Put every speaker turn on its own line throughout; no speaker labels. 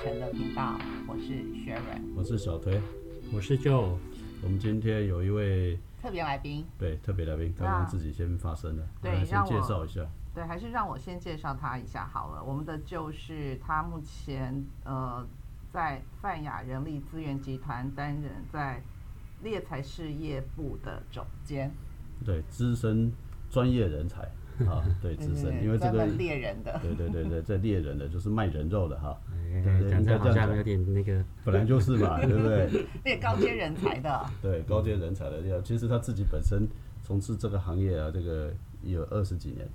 成的频道，我是Sharon，
我是小推，
我是 Joe。
我们今天有一位
特别来宾，
对特别来宾，刚刚自己先发声了，
对，
先介绍一下。
对，还是让我先介绍他一下好了。我们的就是他目前在泛亚人力资源集团担任在猎才事业部的总监，
对，资深专业人才啊，对，资深，因为这个
猎人的，
对，在猎人的就是卖人肉的哈。
讲这好像有点那个，
本来就是嘛，对不对？
猎高阶人才的，
对，高阶人才的，其实他自己本身从事这个行业啊，这个有20几年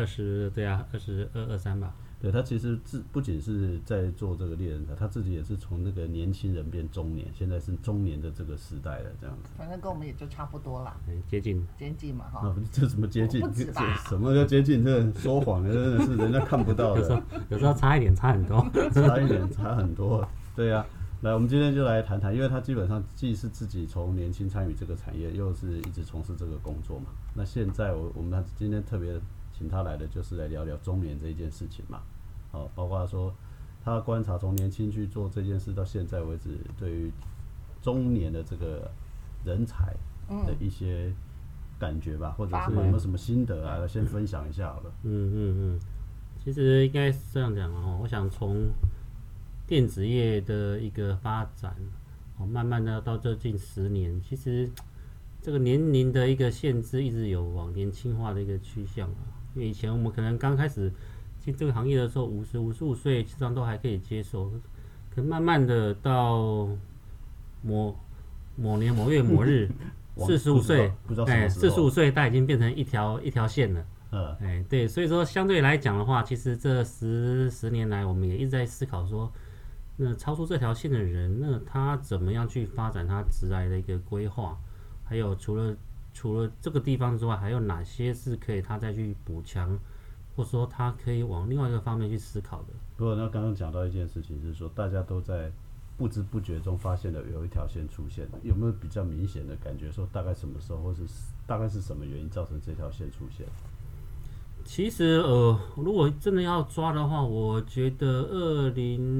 ，22、23吧。
对，他其实不仅是在做这个猎人才，他自己也是从那个年轻人变中年，现在是中年的这个时代了，这样子。
反正跟我们也就差不多啦，
接近
嘛哈。
啊，这什么接近？
不止吧？
什么叫接近？这说谎真的是人家看不到的。
有时候差一点，差很多。
差一点，差很多。对呀，来，我们今天就来谈谈，因为他基本上既是自己从年轻参与这个产业，又是一直从事这个工作嘛。那现在我们今天特别请他来的，就是来聊聊中年这一件事情嘛。好，包括说他观察从年轻去做这件事到现在为止，对于中年的这个人才的一些感觉吧，或者是有没有什么心得啊，先分享一下好了。
其实应该是这样讲哦，我想从电子业的一个发展，慢慢的到这近10年，其实这个年龄的一个限制一直有往年轻化的一个趋向啊。因为以前我们可能刚开始进这个行业的时候，50、55岁实际上都还可以接受，可慢慢的到某年某月某日，45岁，45岁，它已经变成一条线了。对，所以说相对来讲的话，其实这十年来，我们也一直在思考说，那超出这条线的人，那他怎么样去发展他职涯的一个规划？还有除了这个地方之外，还有哪些是可以他再去补强，或者说他可以往另外一个方面去思考的？
不过那刚刚讲到一件事情，是说大家都在不知不觉中发现了有一条线出现，有没有比较明显的感觉？说大概什么时候，或是大概是什么原因造成这条线出现？
其实如果真的要抓的话，我觉得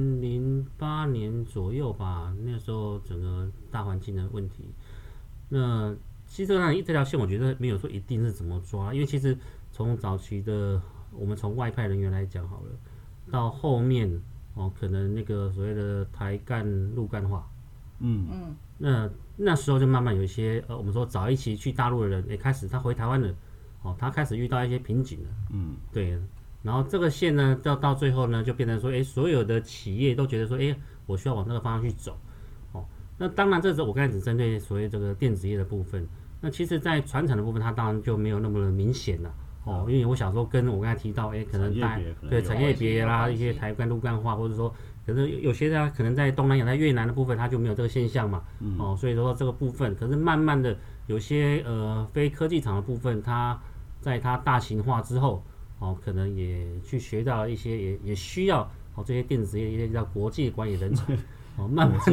2008年左右吧，那时候整个大环境的问题。那其实这条线，我觉得没有说一定是怎么抓，因为其实从早期的我们从外派人员来讲好了，到后面可能那个所谓的台干陆干化，那时候就慢慢有一些我们说早一期去大陆的人也开始他回台湾了。他开始遇到一些瓶颈了，对，然后这个线呢，到最后呢，就变成说，所有的企业都觉得说，我需要往那个方向去走，那当然，这是我刚才只针对所谓这个电子业的部分，那其实，在传产的部分，它当然就没有那么的明显了，因为我想说，跟我刚才提到，可能对产业别啦，一些台干陆干化，或者说，可是有些它可能在东南亚、在越南的部分，它就没有这个现象嘛，所以说这个部分，可是慢慢的，有些非科技厂的部分，在它大型化之后，可能也去学到一些，也需要这些电子业一些叫国际管理人才，慢慢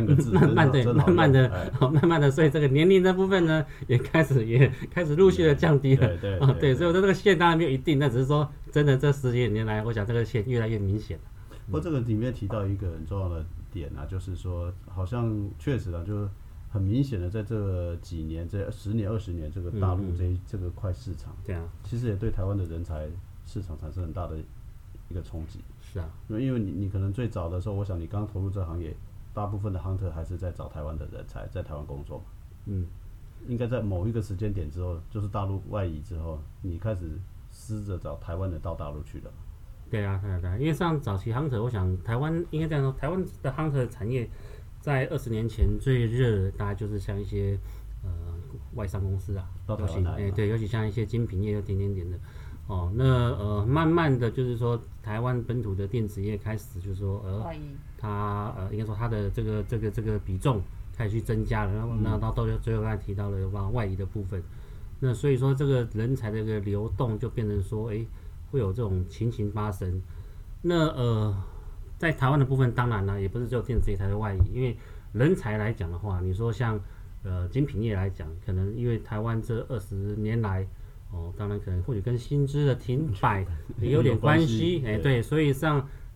的，所以这个年龄的部分呢，也开始陆续的降低了，对，所以我这个线当然没有一定，那只是说真的这10几年来，我想这个线越来越明显了。
不过这个里面提到一个很重要的点啊，就是说好像确实啊，就是很明显的，在这几年，这10年、20年，这个大陆这个块市场，
对啊，
其实也对台湾的人才市场产生很大的一个冲击。
是啊，
因为你可能最早的时候，我想你刚投入这个行业，大部分的 hunter 还是在找台湾的人才，在台湾工作嘛。应该在某一个时间点之后，就是大陆外移之后，你开始试着找台湾的到大陆去了。
对啊，因为像早期 hunter， 我想台湾应该这样说，台湾的 hunter 产业。在20年前最热的大概就是像一些外商公司啊，对，尤其像一些精品业有点的，那慢慢的就是说台湾本土的电子业开始就是说它应该说它的这个比重开始去增加了，然后那到最后刚才提到了有关外移的部分，那所以说这个人才的一个流动就变成说会有这种情形发生，那在台湾的部分，当然呢，也不是只有电子业才是外移，因为人才来讲的话，你说像精品业来讲，可能因为台湾这20年来，当然可能或许跟薪资的停摆也有点关系，对，所以像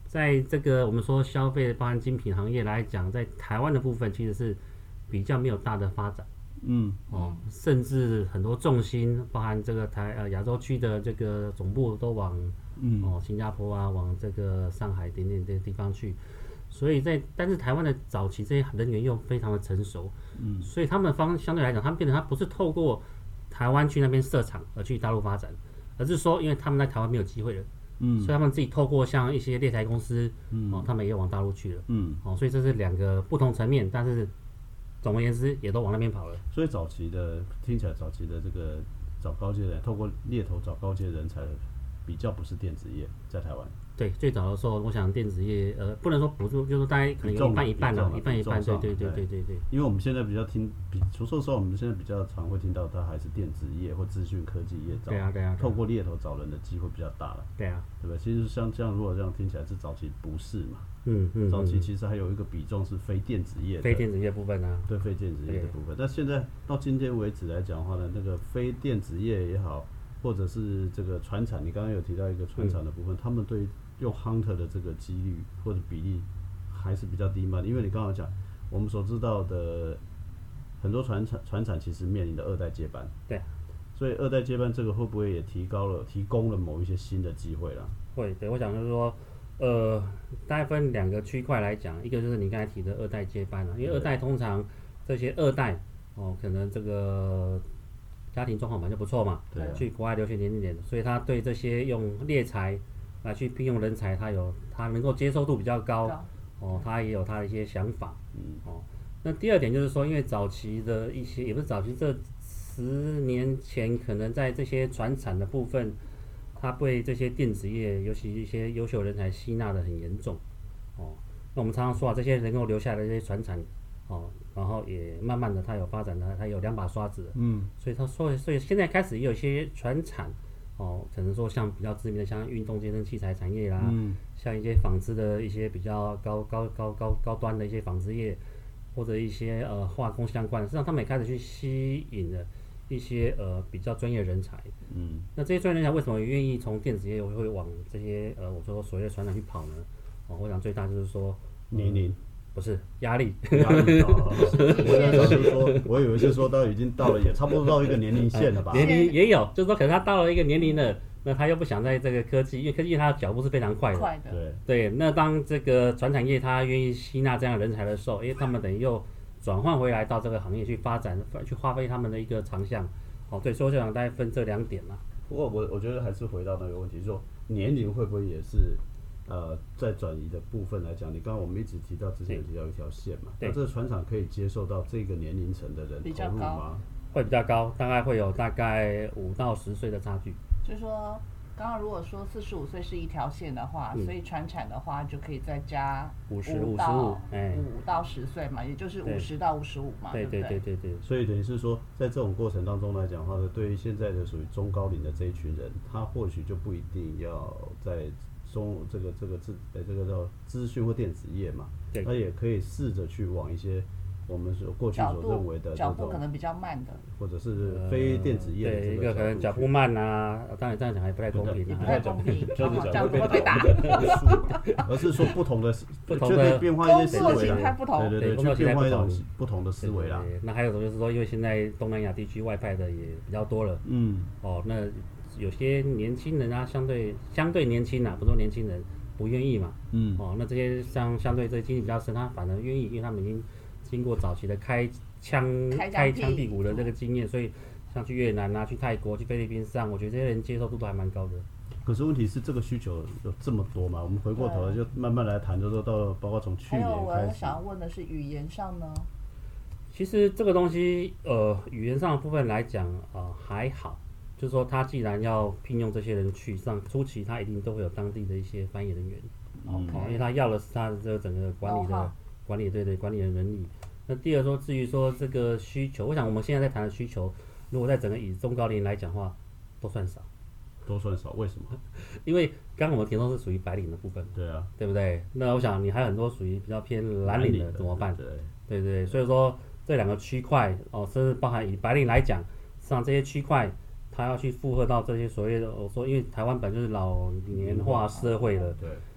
在这个我们说消费包含精品行业来讲，在台湾的部分其实是比较没有大的发展。甚至很多重心，包含这个亚洲区的这个总部都往新加坡啊，往这个上海等等这个地方去，所以但是台湾的早期这些人员又非常的成熟，所以他们相对来讲，他们变成他不是透过台湾去那边设厂而去大陆发展，而是说因为他们在台湾没有机会了，所以他们自己透过像一些猎台公司，他们也往大陆去了，所以这是两个不同层面，但是总而言之，也都往那边跑了。
所以听起来早期的这个找高阶人，透过猎头找高阶人才，比较不是电子业在台湾。
对，最早的时候，我想电子业不能说补助，就是大概可能有一半一半了，一半一半。对。
因为我们现在比较说实话，我们现在比较常会听到，它还是电子业或资讯科技业找。
对啊。
透过猎头找人的机会比较大了。
对啊。
对吧？其实像这样，如果这样听起来是早期不是嘛？早期其实还有一个比重是非电子业的。
非电子业部分啊。
对，非电子业的部分。但现在到今天为止来讲的话呢，那个非电子业也好，或者是这个传产，你刚刚有提到一个传产的部分，他们对用 hunter 的这个几率或者比例还是比较低嘛，因为你刚刚讲我们所知道的很多传产其实面临的二代接班，
对，
所以二代接班这个会不会也提供了某一些新的机会啦？
会，对，我想就是说，大概分两个区块来讲，一个就是你刚才提的二代接班了，因为二代通常这些二代可能这个家庭状况本来就不错嘛，
对，
去国外留学年轻点，所以他对这些用猎才来去聘用人才，他能够接受度比较高，他也有他的一些想法，那第二点就是说，因为早期的一些，也不是早期，这10年前可能在这些传产的部分，他被这些电子业，尤其一些优秀人才吸纳的很严重，那我们常常说啊，这些能够留下来的这些传产，然后也慢慢的它有发展的，它有2把刷子了，所以现在开始也有一些传产，可能说像比较知名的，像运动健身器材产业啦，像一些纺织的一些比较高端的一些纺织业，或者一些化工相关的，实际上他们也开始去吸引了一些比较专业人才，那这些专业人才为什么愿意从电子业会往这些我说所谓的传产去跑呢？我想最大就是说
年龄。
不是压力，
我以为是说已经到了，也差不多到一个年龄线了吧？
年龄也有，就是说可能他到了一个年龄了，那他又不想在这个科技，因为科技它的脚步是非常快的，对。那当这个传产业他愿意吸纳这样的人才的时候，他们等于又转换回来到这个行业去发展，去发挥他们的一个长项。对，所以我想大概分这2点啦。
不过我觉得还是回到那个问题，就是说年龄会不会也是？在转移的部分来讲，你刚刚我们一直提到之前有提到一条线嘛，那这个船厂可以接受到这个年龄层的人投入吗？
会比较高，大概会有大概5到10岁的差距。
就是说，刚刚如果说45岁是一条线的话，所以传产的话就可以再加5到10岁嘛，也就是50到55嘛，对不对？
对。
所以等于是说，在这种过程当中来讲的话呢，对于现在的属于中高龄的这一群人，他或许就不一定要在这个叫资讯或电子业嘛，他也可以试着去往一些我们过去所认为的
脚步可能比较慢的，
或者是非电子业的
一个可能脚步慢啊，当然这样讲还不太公平，
不太公平，这
样
会被打。
而是说不同的变化一些思维啦，对，去变化一种不同的思维啦。
那还有种就是说，因为现在东南亚地区外派的也比较多了，那有些年轻人啊，相对年轻啊，不说年轻人不愿意嘛，那这些相对这些经历比较深，他反而愿意，因为他们已经经过早期的开枪辟谷的这个经验，所以像去越南啊、去泰国、去菲律宾上，我觉得这些人接受度都还蛮高的。
可是问题是这个需求有这么多嘛？我们回过头来就慢慢来谈，就说到包括从去年开始。
还有我想要问的是语言上呢？
其实这个东西语言上的部分来讲还好。就是说，他既然要聘用这些人去上初期，他一定都会有当地的一些翻译人员，因为他要的是他的这个整个管理的能力。那第二说，至于说这个需求，我想我们现在在谈的需求，如果在整个以中高龄来讲的话，都算少，
为什么？
因为刚刚我们提到是属于白领的部分，
对啊，
对不对？那我想你还有很多属于比较偏蓝领的怎么办？对，所以说这2个区块甚至包含以白领来讲，实际上这些区块。他要去负荷到这些所谓的，我说，因为台湾本就是老年化社会了，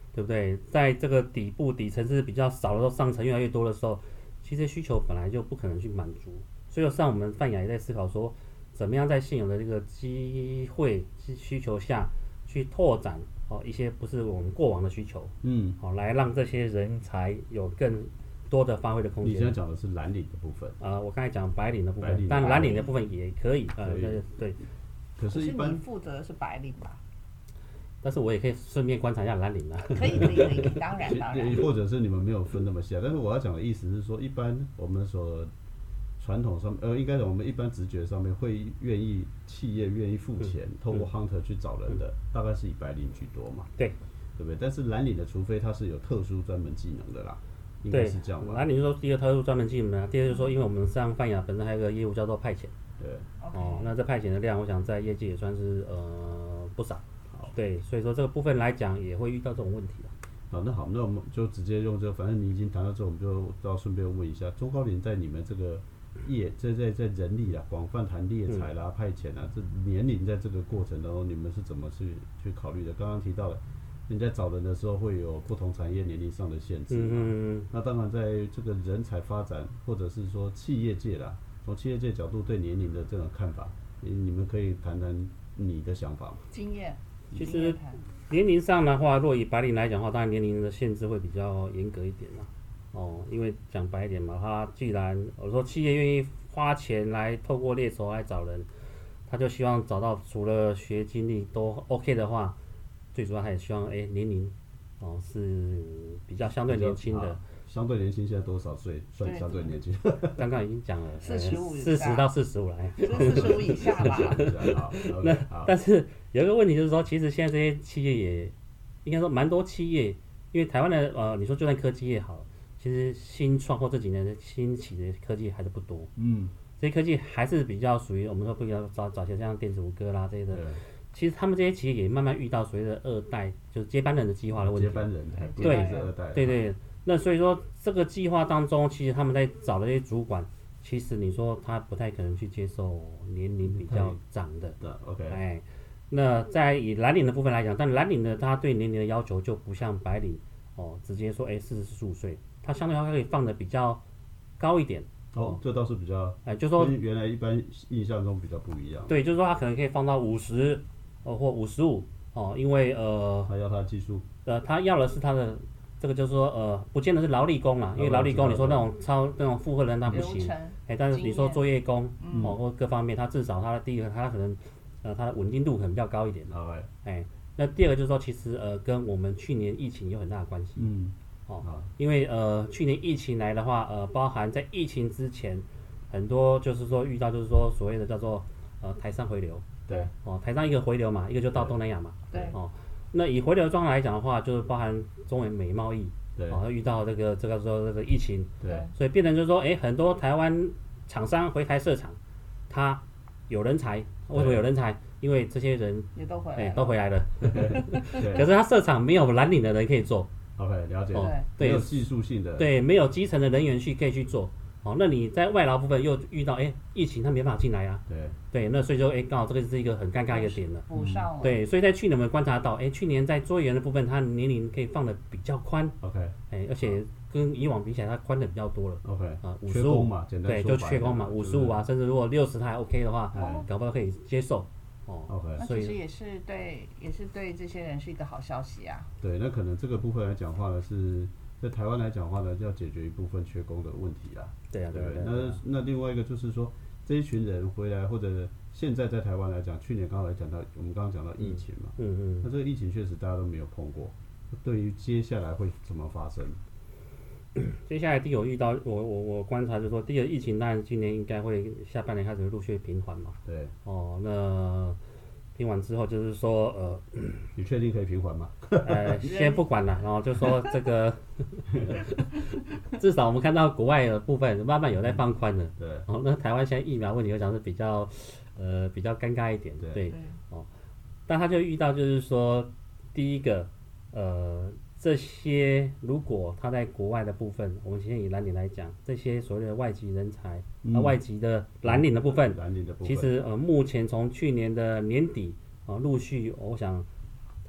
对不对？在这个底层是比较少的时候，上层越来越多的时候，其实需求本来就不可能去满足。所以像我们泛亚也在思考说，怎么样在现有的这个机会需求下去拓展一些不是我们过往的需求，来让这些人才有更多的发挥的空间。
你现在讲的是蓝领的部分
我刚才讲白领的部分，但蓝领的部分也可以对。
可是，一般
你负责的是白领吧？
但是我也可以顺便观察一下蓝领啊。
可以，当然。
或者是你们没有分那么细，但是我要讲的意思是说，一般我们所传统上应该我们一般直觉上面会企业愿意付钱，透过 hunter 去找人的，大概是以白领居多嘛？
对
不对？但是蓝领的，除非他是有特殊专门技能的啦，应该是这样吧？
蓝领就说第一个特殊专门技能，第二就是说，因为我们像泛亚本身还有一个业务叫做派遣，
对，
那这派遣的量，我想在业界也算是不少。对，所以说这个部分来讲也会遇到这种问题
好，那我们就直接用这个，反正你已经谈到这，我们就顺便问一下，中高龄在你们这个在人力啦，广泛谈猎才啦、派遣啦，这年龄在这个过程当中，你们是怎么去考虑的？刚刚提到了，你在找人的时候会有不同产业年龄上的限制嘛？那当然，在这个人才发展或者是说企业界啦，从企业界角度对年龄的这种看法，你们可以谈谈你的想法吗？
经验。
其实年龄上的话，若以白领来讲的话，当然年龄的限制会比较严格一点啦。因为讲白一点嘛，他既然我说企业愿意花钱来透过猎头来找人，他就希望找到除了学经历都 OK 的话，最主要他也希望年龄是比较相对年轻的。
相对年轻，现在多少岁算相对年轻？
刚刚已经讲了
，40
到45来
，45以下吧。
但是有一个问题就是说，其实现在这些企业也应该说蛮多企业，因为台湾的你说就算科技业好，其实新创或这几年的兴起的科技还是不多。这些科技还是比较属于我们说比较早些像电子五哥啦这些的。其实他们这些企业也慢慢遇到所谓的二代，就是接班人的计划的问题。
接班人，
对。那所以说这个计划当中，其实他们在找的这些主管，其实你说他不太可能去接受年龄比较长的。
OK。
那在以蓝领的部分来讲，但蓝领的他对年龄的要求就不像白领直接说40-45岁，他相对他可以放的比较高一点。
这倒是比较
就说
跟原来一般印象中比较不一样。
对，就是说他可能可以放到50或55因为
他要他技术。
他要的是他的。这个就是说，不见得是劳力工啦，因为劳力工你说那种负荷人他不行，但是你说作业工或各方面，他至少他的第一个他可能他的稳定度可能比较高一点。那第二个就是说，其实跟我们去年疫情有很大的关系。因为去年疫情来的话，包含在疫情之前，很多就是说遇到就是说所谓的叫做台商回流。
对。
台商一个回流嘛，一个就到东南亚嘛。
对。
那以回流状况来讲的话，就是包含中美贸易，遇到这个疫情，所以变成就是说，很多台湾厂商回台设厂，他有人才，为什么有人才？因为这些人
也都
回来了，可是他设厂没有蓝领的人可以做。
OK， 了解。
对，
没有技术性的。
对，没有基层的人员可以去做。那你在外劳部分又遇到疫情，他没办法进来啊。对，那所以说刚好这个是一个很尴尬一个点了。
补上了。
对，所以在去年我们观察到，去年在作业员的部分，他年龄可以放的比较宽。
OK。
而且跟以往比起来，他宽的比较多了。
OK。
55
嘛，简单
对，就缺工嘛，55啊，甚至如果60他还 OK 的话，搞不好可以接受。
OK。
那其实也是对这些人是一个好消息啊。
对，那可能这个部分来讲话呢是。在台湾来讲的话呢，就要解决一部分缺工的问题啦。
对。
那另外一个就是说，这一群人回来，或者现在在台湾来讲，去年刚好讲到，我们刚刚讲到疫情嘛。那这个疫情确实大家都没有碰过，对于接下来会怎么发生？
接下来第一有遇到我观察就是说，第一个疫情当然今年应该会下半年开始陆续平缓嘛。
对。
那平缓之后就是说
你确定可以平缓吗？
先不管了，然后就说这个至少我们看到国外的部分慢慢有在放宽了。
对。
那台湾现在疫苗问题我想是比较尴尬一点。对。但他就遇到就是说，第一个这些如果他在国外的部分，我们先以蓝领来讲，这些所谓的外籍人才，外籍的蓝领的部分，其实目前从去年的年底陆续，我想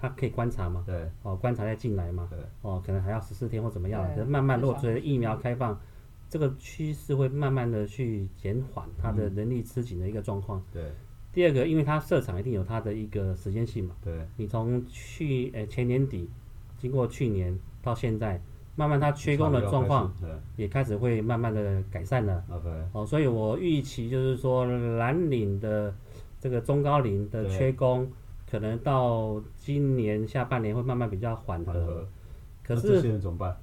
它可以观察嘛，
对，
观察再进来嘛，
对，
可能还要14天或怎么样，
对
可是慢慢如果
至少
随着疫苗开放，这个趋势会慢慢的去减缓它的人力吃紧的一个状况。
对，
第二个，因为它设厂一定有它的一个时间性嘛，
对，
你从前年底，经过去年到现在，慢慢它缺工的状况也开始会慢慢的改善了。
OK，
所以我预期就是说蓝领的这个中高龄的缺工，可能到今年下半年会慢慢比较缓和。可是
这些人怎么办？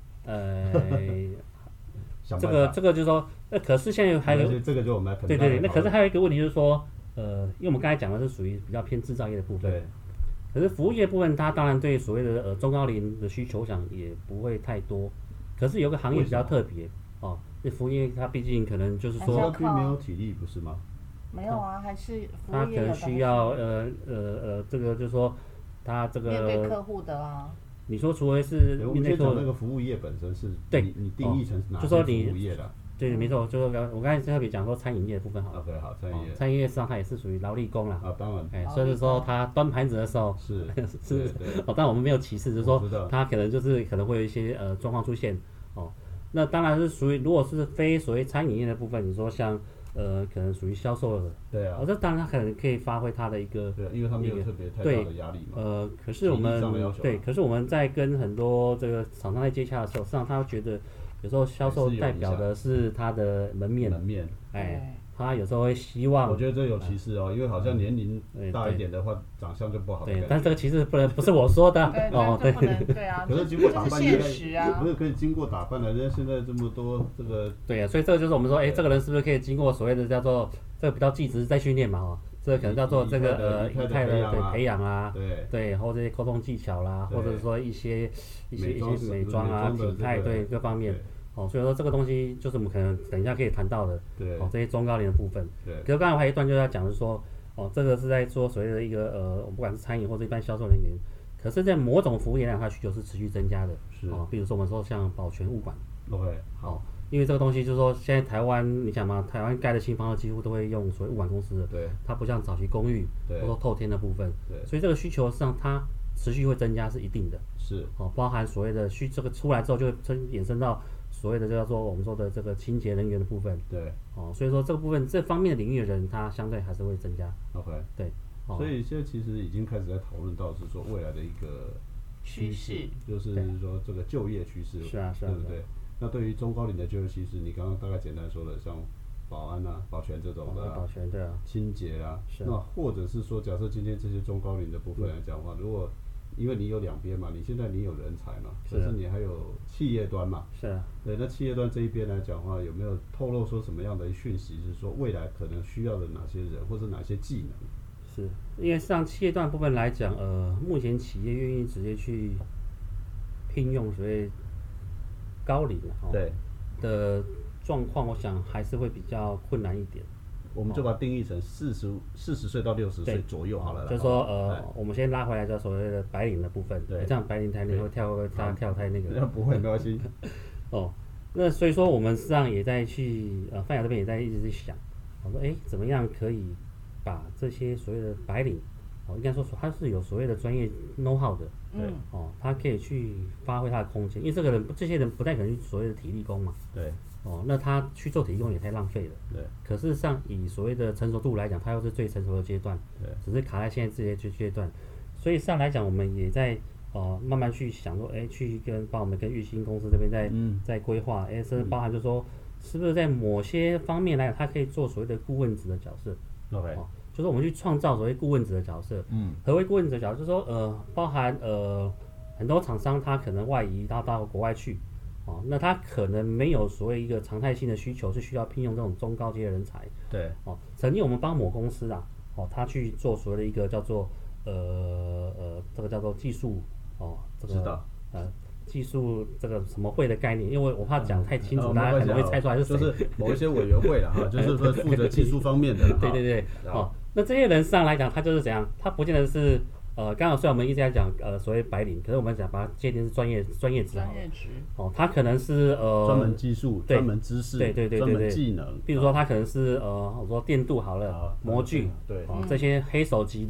这个就是说，可是现在还有
这个就我们来
对，那可是还有一个问题就是说，因为我们刚才讲的是属于比较偏制造业的部分，
对。
可是服务业部分，它当然对所谓的中高龄的需求，我想也不会太多。可是有个行业比较特别那服务业它毕竟可能就是说，
并没有体力，不是吗？
没有啊，还是服务
它可
业
能需要这个就是说，它这个
面对客户的啊。
你说除非是
面对客户，那个服务业本身是，
对，
你定义成哪些服务业的？
对，没错，就是我刚才特别讲说餐饮业的部分好了。
OK， 好，餐饮业。
餐饮业实际上它也是属于劳力工啦。
当然。
所以说他端盘子的时候
是
但我们没有歧视，就是说他可能会有一些状况出现那当然是属于如果是非所谓餐饮业的部分，你说像可能属于销售的，
对啊，
这当然他可能可以发挥他的一个，
对，因为他没有特别太大的压力嘛。
可是我们在跟很多这个厂商在接洽的时候，实际上他觉得有时候销售代表的是他的门面，他有时候会希望，
我觉得这有歧视因为好像年龄大一点的话，长相就不好。
对，但这个歧视不是我说的
对啊。
可是经过打扮，
现实啊，
不是可以经过打扮的？人家现在这么多这个。
对啊，所以这个就是我们说，这个人是不是可以经过所谓的叫做这个比较技职在训练嘛这个可能叫做这个仪态的培养啊，对，或者这些沟通技巧啦，或者说一些美妆啊、体态对各方面。所以说这个东西就是我们可能等一下可以谈到的，这些中高龄的部分。可是刚才还有一段就是要讲的是说，这个是在说所谓的一个不管是餐饮或者一般销售人员，可是在某种服务业来讲，它需求是持续增加的。比如说我们说像保全物管。
OK， 好。
因为这个东西就是说，现在台湾你想嘛，台湾盖的新房子几乎都会用所谓物管公司的，它不像早期公寓或者透天的部分，所以这个需求实际上它持续会增加是一定的。包含所谓的这个出来之后就会衍生到所谓的叫做我们说的这个清洁人员的部分，所以说这个部分这方面的领域的人，他相对还是会增加。
OK，
对，
所以现在其实已经开始在讨论到是说未来的一个趋势，就是说这个就业趋势，
是啊，
对不对？那对于中高龄的就业趋势，你刚刚大概简单说了，像保安啊、保全这种的，
保全对啊，
清洁啊，那或者是说，假设今天这些中高龄的部分来讲的话，如果因为你有两边嘛，你现在你有人才嘛，可是你还有企业端嘛，对，那企业端这一边来讲的话，有没有透露说什么样的讯息，是说未来可能需要的哪些人，或者哪些技能？
是因为像企业端部分来讲，目前企业愿意直接去聘用所谓高龄的状况，我想还是会比较困难一点。
我们就把它定义成40岁到60岁左右好了。
就是说我们先拉回来叫所谓的白领的部分。这样白领太那个会跳太那个。
不会，没关系。
那所以说我们实际上也在去泛亚这边也在一直在想，我说怎么样可以把这些所谓的白领，应该说他是有所谓的专业 know how 的，他可以去发挥他的空间，因为这些人不太可能所谓的体力工嘛。那他去做体力工也太浪费了。可是上以所谓的成熟度来讲，他又是最成熟的阶段，只是卡在现在这些阶段。所以上来讲，我们也在慢慢去想说，去帮我们跟玉兴公司这边在规划，甚至包含就是说，是不是在某些方面来讲，他可以做所谓的顾问职的角色。就是我们去创造所谓顾问职的角色。何为顾问职的角色？就是说包含很多厂商他可能外移到国外去。那他可能没有所谓一个常态性的需求，是需要聘用这种中高阶的人才。曾经我们帮某公司他去做所谓的一个叫做这个叫做技术这个技术这个什么会的概念，因为我怕讲太清楚，大家可能会猜出来是谁。
就是某一些委员会啦就是说负责技术方面的。
对，那这些人上来讲，他就是怎样？他不见得是。刚好虽然我们一直在讲所谓白领，可是我们讲把它界定是专业职。他可能是
专门技术、专门知识、
对
专门技能。
比如说他可能是我说电镀好了，模具，这些黑手级的，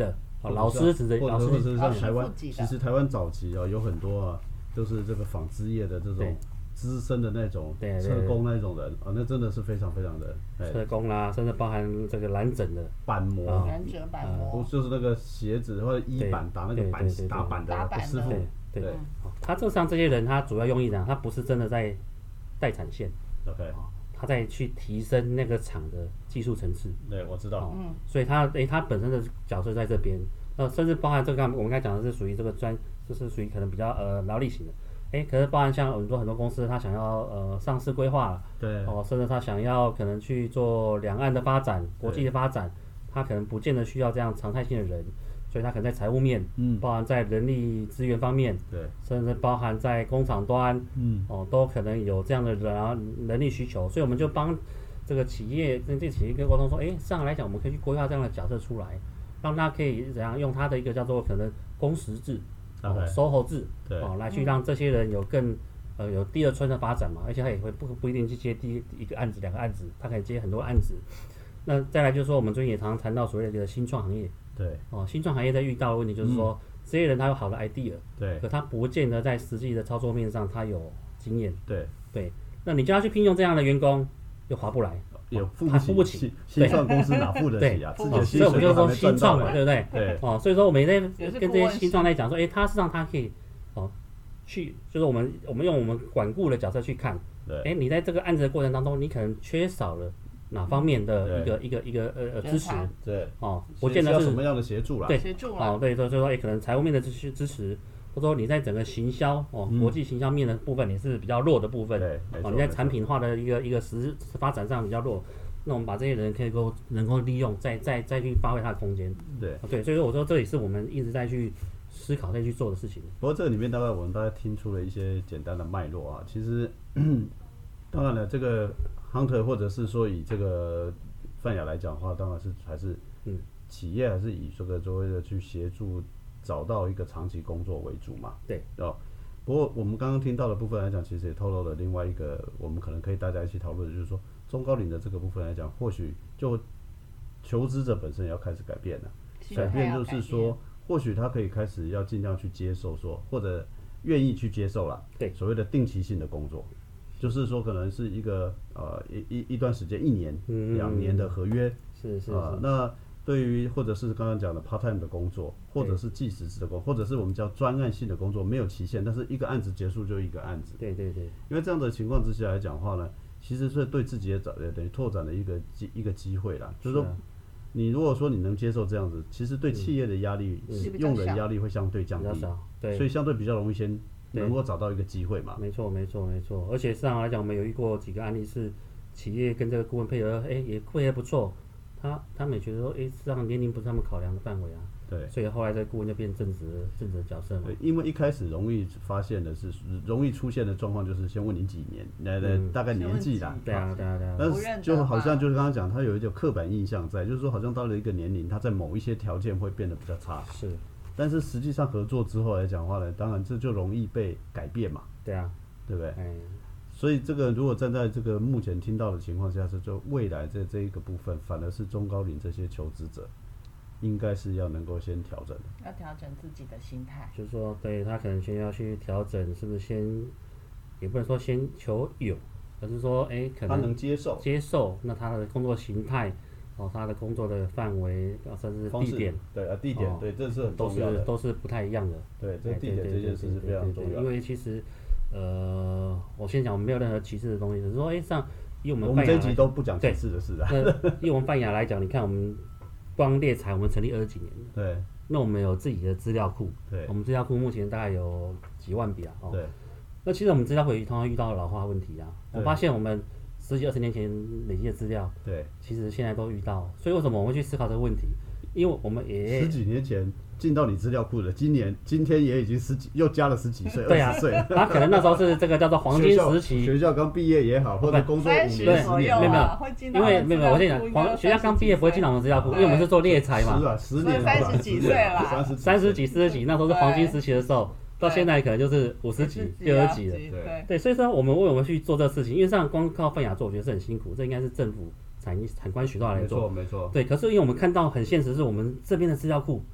老师直接
或
老师
者像台湾
老师附，及的
其实台湾早期有很多都是这个纺织业的这种
对
资深的那种
对
车工那种人那真的是非常非常的
车工啦，甚至包含这个蓝整的
板模，
染者板模，
就是那个鞋子或者衣板打那个板打板的师傅，
对，他像这些人，他主要用意呢，他不是真的在带产线
，OK，
他在去提升那个厂的技术层次。
对，我知道，
所以他本身的角色在这边，甚至包含这个我们刚才讲的是属于这个就是属于可能比较劳力型的。可是包含像很多公司，他想要上市规划，
对，
甚至他想要可能去做两岸的发展、国际的发展，他可能不见得需要这样常态性的人，所以他可能在财务面，包含在人力资源方面，
对，
甚至包含在工厂端，都可能有这样的人力需求，所以我们就帮这个企业跟这企业跟沟通说，上来讲，我们可以去规划这样的角色出来，让他可以怎样用他的一个叫做可能工时制。SOHO 制，来去让这些人有更有第二春的发展嘛，而且他也会不一定去接第一个案子、两个案子，他可以接很多案子。那再来就是说，我们最近也常常谈到所谓的新创行业，
对，
新创行业在遇到的问题就是说，这些人他有好的 idea，
对，
可他不见得在实际的操作面上他有经验，
对，
那你就要去聘用这样的员工，又划不来。
他付不起，新创公司哪付得起啊？自己的薪水
所以我们就说新创嘛，对不对？
对，
所以说我们也在跟这些新创在讲说，他实际上他可以去，就是我们用我们管顾的角色去看，你在这个案子的过程当中，你可能缺少了哪方面的一个支持，
对，
不见得是
什么样的协助啦？
对，对，所以说可能财务面的支持。或者说你在整个行销国际行销面的部分，你是比较弱的部分，你在产品化的一个发展上比较弱，那我们把这些人能够利用，再去发挥他的空间，对，所以说我说这也是我们一直在去思考、在去做的事情。
不过这个里面我们大概听出了一些简单的脉络啊，其实当然了，这个 Hunter 或者是说以这个泛亚来讲的话，当然是还是企业还是以这个所谓的去协助。找到一个长期工作为主嘛，
对，
不过我们刚刚听到的部分来讲，其实也透露了另外一个我们可能可以大家一起讨论的，就是说中高龄的这个部分来讲，或许就求职者本身也要开始改变了。改变就是说，或许他可以开始要尽量去接受说，或者愿意去接受啦，
对，
所谓的定期性的工作，就是说可能是一个一段时间，1年、2年的合约，
是
那。对于或者是刚刚讲的 part time 的工作，或者是计时制的工作，或者是我们叫专案性的工作，没有期限，但是一个案子结束就一个案子。
对。
因为这样的情况之下来讲的话呢，其实是对自己也等于拓展了一个机会啦。就是说，你如果说你能接受这样子，其实对企业的压力、用人压力会相对降低，
对，
所以相对比较容易先能够找到一个机会嘛。
没错。而且事实上来讲，我们有遇过几个案例是企业跟这个顾问配合，也配合不错。他们也觉得说，事实上年龄不是他们考量的范围啊，
对，
所以后来这个顾问就变正职的角色嘛。
对，因为一开始容易发现的是，容易出现的状况就是先问你几年，大概年纪啦，
对啊。
但是就好像就是刚刚讲，他有一种刻板印象在，就是说好像到了一个年龄，他在某一些条件会变得比较差，
是。
但是实际上合作之后来讲的话呢，当然这就容易被改变嘛，
对啊，
对不对？所以这个如果站在这个目前听到的情况下，是就未来这一个部分，反而是中高龄这些求职者，应该是要能够先调整的，
要调整自己的心态，
就是说，对他可能先要去调整，是不是先，也不能说先求有，而是说，可能
他能接受，
那他的工作形态，他的工作的范围，甚至地点，
对地点，对，这是很重要的，
都是不太一样的，
对，这地点这件事是非常重要的，
因为其实。我先讲，我们没有任何歧视的东西，只是说，像以我们
这一集都不讲歧视的事啊。
以我们泛亚来讲，你看我们光猎才，我们成立20几年了，
对。
那我们有自己的资料库，
对。
我们资料库目前大概有几万笔啊，
对。
那其实我们资料库通常遇到老化问题啊，我发现我们10几20年前累积的资料，
对，
其实现在都遇到，所以为什么我们会去思考这个问题？因为我们也
10几年前进到你资料库的，今天也已经又加了10几岁，
对啊
20岁。
他可能那时候是这个叫做黄金时期，
学校刚毕业也好，或者工作5年10年，
没有，我先讲，学校刚毕业不会进到我们资料库，因为我们是做猎才嘛
，10年
30几岁了
，30几40几，那时候是黄金时期的时候，到现在可能就是50几60几了，对，所以说我们为什么去做这个事情？因为这样光靠泛亚做，我觉得是很辛苦，这应该是政府产官学道来做，
没错，
对。可是因为我们看到很现实，是我们这边的资料库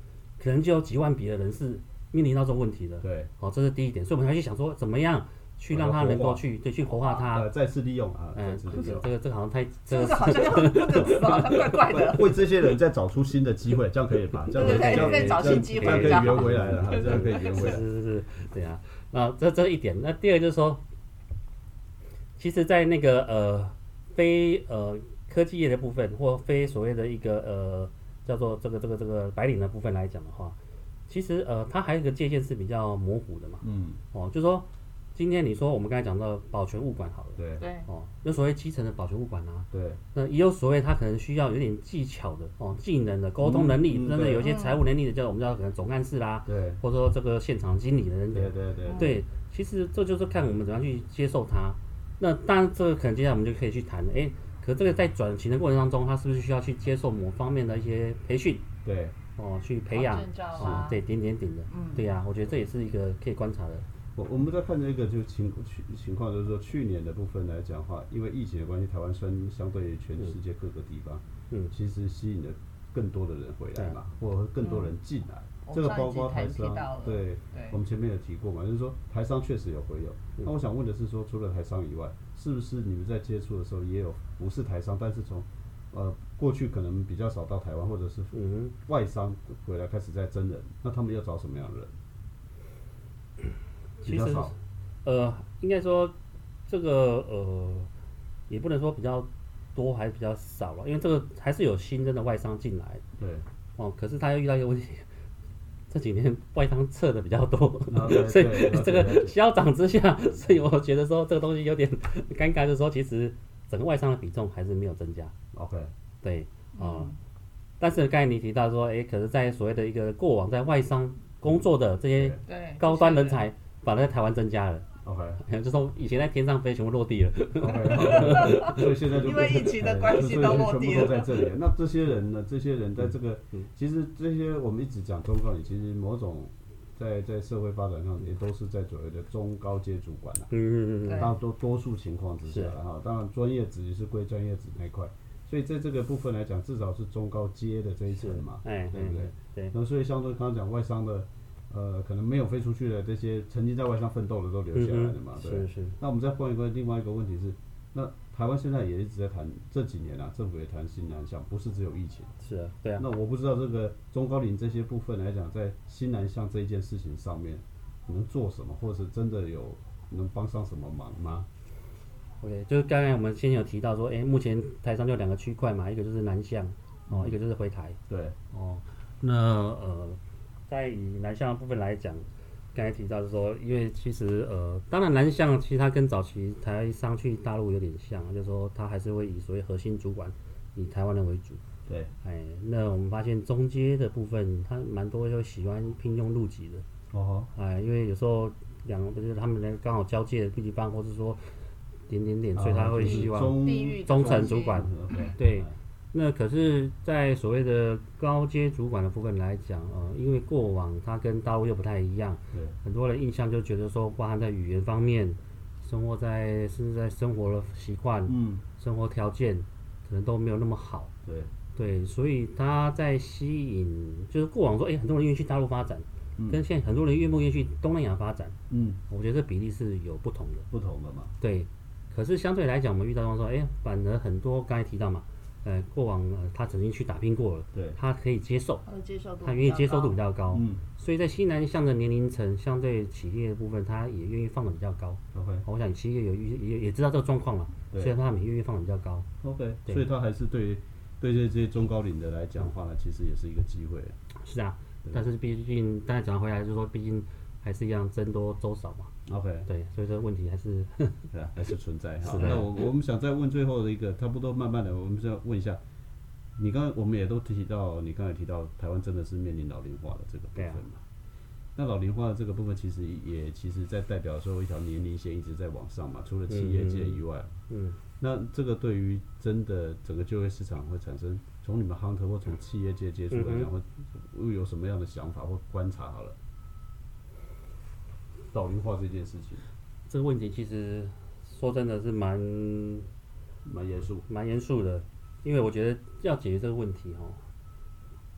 可能就有几万笔的人是面临到这种问题的。
对，
这是第一点，所以我们才去想说，怎么样去让它能够去活化它，
再次利用啊，再次利用。
这个好像太
这个好像这个词好像怪怪的。
为这些人再找出新的机会，这样可以吧？这样
可以找新机会，
这样可以圆回来了，这样可以圆回来。
是，对啊。那这一点，那第二个就是说，其实，在那个非科技业的部分，或非所谓的一个叫做这个白领的部分来讲的话，其实它还有一个界限是比较模糊的嘛。就是说，今天你说我们刚才讲到保全物管好了，
对，
有所谓基层的保全物管啊，
对，
那也有所谓他可能需要有点技巧的技能的沟通能力，甚至有一些财务能力的，叫我们叫可能总干事啦，
对，
或者说这个现场经理的人，
对，
其实这就是看我们怎样去接受它。那当然，这个可能接下来我们就可以去谈，可这个在转型的过程当中，他是不是需要去接受某方面的一些培训？
对，
去培养，对，点的，对呀，我觉得这也是一个可以观察的。
我们在看这个就是情况，就是说去年的部分来讲的话，因为疫情的关系，台湾相对于全世界各个地方，其实吸引了更多的人回来嘛，或者更多人进来。这个包括台商，对，我们前面有提过嘛，就是说台商确实有回流。那我想问的是说，除了台商以外，是不是你们在接触的时候也有不是台商，但是从过去可能比较少到台湾，或者是外商回来开始在征人，那他们要找什么样的人？比较少。
应该说这个也不能说比较多还是比较少了，因为这个还是有新增的外商进来。
对。
可是他又遇到一个问题，这几年外商撤的比较多，
所
以这个消长之下，所以我觉得说这个东西有点尴尬，就是说其实整个外商的比重还是没有增加。
OK。
对但是刚才你提到说，可是在所谓的一个过往在外商工作的这些高端人才，反而在台湾增加了。
OK，
就说以前在天上飞，全部落地了。
OK， 所以现在就
因为疫情的关系都落地了，
全部都在这里。那这些人呢？这些人在这个，其实这些我们一直讲中高龄，其实某种在社会发展上也都是在所谓的中高阶主管啦。大多数情况之下哈，当然专业职是归专业职那一块，所以在这个部分来讲，至少是中高阶的这一层嘛，对不对？
对。
那所以相对刚刚讲外商的。可能没有飞出去的这些曾经在外商奋斗的都留下来了嘛，对。
是。
那我们再问另外一个问题是，那台湾现在也一直在谈这几年啊，政府也谈新南向，不是只有疫情。
是啊，对啊。
那我不知道这个中高龄这些部分来讲，在新南向这一件事情上面能做什么，或者是真的能帮上什么忙吗
？OK， 就是刚才我们先有提到说，目前台上就2个区块嘛，一个就是南向，一个就是回台。
对。
那在以南向的部分来讲，刚才提到是说，因为其实当然南向其实它跟早期台商去大陆有点像，就是说它还是会以所谓核心主管以台湾人为主。
对。
那我们发现中阶的部分，它蛮多就喜欢聘用陆籍的。因为有时候就是他们刚好交界的地方，或是说点，所以他会希望中层主管。对。那可是，在所谓的高阶主管的部分来讲，因为过往它跟大陆又不太一样，很多人印象就觉得说，包含在语言方面，甚至在生活的习惯、生活条件，可能都没有那么好。对，所以他在吸引，就是过往说，很多人愿意去大陆发展，跟现在很多人愿不愿意去东南亚发展，我觉得这比例是有不同的
嘛。
对，可是相对来讲，我们遇到说，反而很多刚才提到嘛。过往他曾经去打拼过了，他可以接受，他愿意接受度比较高，所以在西南向的年龄层，相对企业的部分，他也愿意放的比较高。我想企业也知道这个状况了，所以他们也愿意放的比较高。
所以他还是对这些中高龄的来讲的话呢，其实也是一个机会。
是啊，但是毕竟刚才讲回来就是说，毕竟还是一样僧多粥少嘛。对，所以这个问题还是
还是存在。好，那我们想再问最后的一个，差不多慢慢的，我们是要问一下，我们也都提到，你刚才提到台湾真的是面临老龄化的这个部分嘛？那老龄化的这个部分，其实在代表说一条年龄线一直在往上嘛，除了企业界以外，那这个对于真的整个就业市场会产生，从你们Hunter或从企业界接触来讲，会有什么样的想法或观察？好了。老龄化这件事情，
这个问题其实说真的是蛮严肃的，因为我觉得要解决这个问题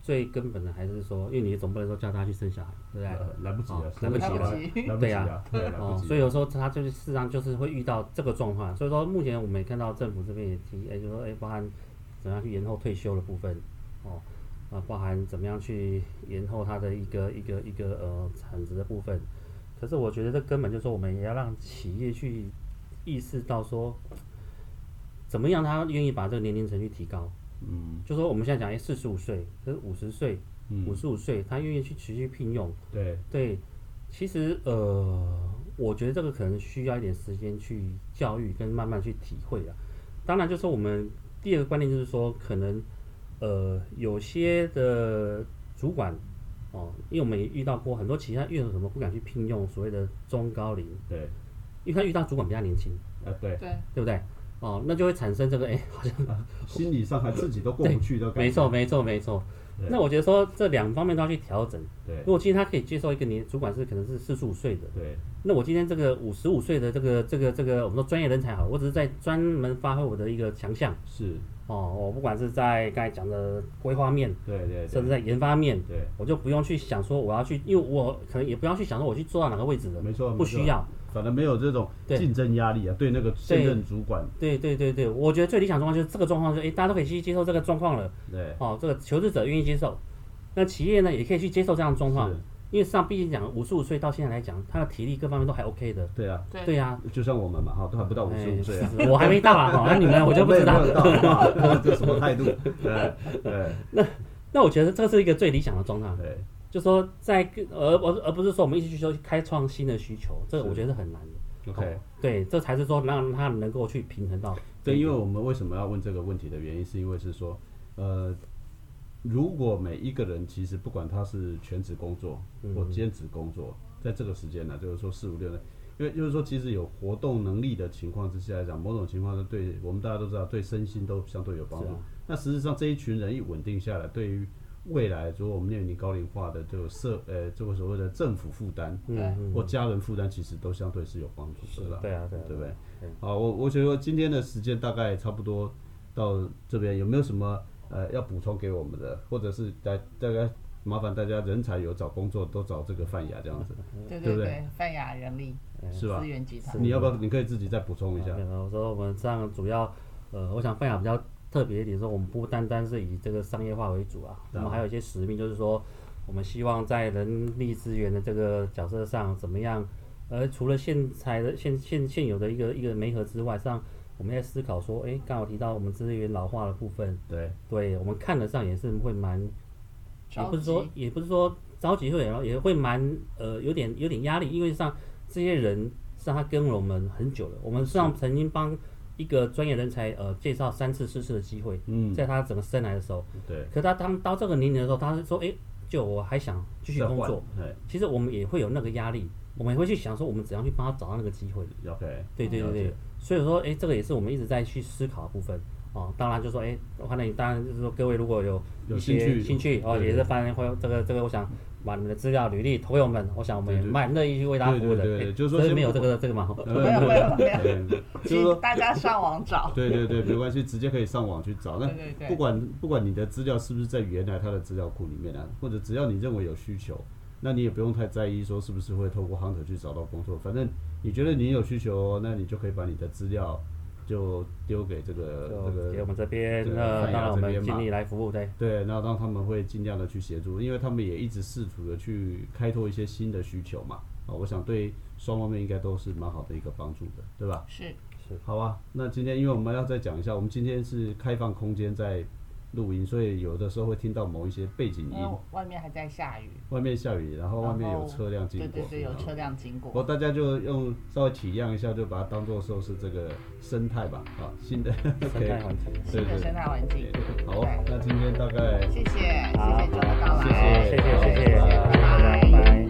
最根本的还是说，因为你总不能说叫他去生小孩，对不对？
来不及了，
来不及了，
来不及了，对，来不及了。
所以有时候他就是事实上就是会遇到这个状况。所以说目前我们也看到政府这边也提，就是说，包含怎么样去延后退休的部分，包含怎么样去延后他的一个产值的部分。可是我觉得这根本就是说，我们也要让企业去意识到说，怎么样他愿意把这个年龄层去提高。就说我们现在讲45岁，可是50岁、55岁，他愿意去持续聘用。对，其实我觉得这个可能需要一点时间去教育跟慢慢去体会啊。当然，就是说我们第二个观念就是说，可能有些的主管因为我们也遇到过很多企业，他为什么不敢去聘用所谓的中高龄？
对，
因为他遇到主管比较年轻。
对
不对？那就会产生这个好像
心理上还自己都过不去的感觉。
没错。那我觉得说这两方面都要去调整。
对，
如果今天他可以接受一个主管是可能是45岁的，
对，
那我今天这个55岁的这个我们说专业人才好，我只是在专门发挥我的一个强项。
是。
我不管是在刚才讲的规划面，
对，
甚至在研发面，
对，
我就不用去想说我要去，因为我可能也不要去想说我去做到哪个位置的，
没错，
不需要，
反正没有这种竞争压力啊，对那个现任主管，
对，我觉得最理想状况就是这个状况，就是大家都可以去接受这个状况了，
对，
这个求职者愿意接受，那企业呢也可以去接受这样的状况。因为实际上，毕竟讲55岁到现在来讲，他的体力各方面都还 OK 的。
对啊，就像我们嘛，都还不到55岁啊。
我还没到啊，那你们我就不知道。
这什么态度？对。
那我觉得这是一个最理想的状态。
对。
就说而不是说我们一直去开创新的需求，这个我觉得是很难的。
OK。
对，这才是说让他能够去平衡到。
对，因为我们为什么要问这个问题的原因，是因为是说，如果每一个人其实不管他是全职工作或兼职工作，在这个时间呢，就是说4、5、6年，因为就是说其实有活动能力的情况之下来讲，某种情况对我们大家都知道，对身心都相对有帮助。那实际上这一群人一稳定下来，对于未来如果我们面临高龄化的这个这个所谓的政府负担，或家人负担，其实都相对是有帮助的啦。
对啊，
对不对？好，我觉得今天的时间大概差不多到这边，有没有什么要补充给我们的，或者是大概麻烦大家人才有找工作都找这个泛亚这样子，
对
不对？
泛亚人力
是吧？
资源集团，
你要不要？你可以自己再补充一下。
我说我们这样主要我想泛亚比较特别一点，说我们不单单是以这个商业化为主啊，我们还有一些使命，就是说我们希望在人力资源的这个角色上怎么样，除了现有的一个媒合之外，实际上我们在思考说，刚好提到我们资源老化的部分，对，我们看得上也是会蛮，也不是说着急会，也会蛮有点压力，因为像这些人实际上他跟了我们很久了，我们实际上曾经帮一个专业人才介绍3次4次的机会，在他整个生来的时候，
对，
可他当到这个年龄的时候，他是说，就我还想继续工作，其实我们也会有那个压力，我们也会去想说，我们怎样去帮他找到那个机会。
OK，
对，所以说，这个也是我们一直在去思考的部分。当然就说，我看到你当然就是说，各位如果有一些兴趣，也是反正会这个，我想把你们的资料、履历投给我们，我想我们也蛮乐意去为大家服务的。
对，就是说
没有这个嘛，
没有，请大家上网找。
对，没关系，直接可以上网去找。那不管你的资料是不是在原来他的资料库里面啊，或者只要你认为有需求，那你也不用太在意说是不是会透过 Hunter 去找到工作，反正你觉得你有需求，那你就可以把你的资料就丢给这个
给我们这边，当然我们尽力来服务，
对，然后让他们会尽量的去协助，因为他们也一直试图的去开拓一些新的需求嘛，我想对双方面应该都是蛮好的一个帮助的，对吧？
是，
好啊。那今天因为我们要再讲一下，我们今天是开放空间在录音，所以有的时候会听到某一些背景音，
外面还在下雨，
然后外面有车辆经过，
对，有车辆经过。
不过大家就用稍微体谅一下，就把它当作说是这个生态吧，新的
生态环境，
新的生态环境。
好，那今天大概
谢谢周的到来，
谢谢，
拜拜。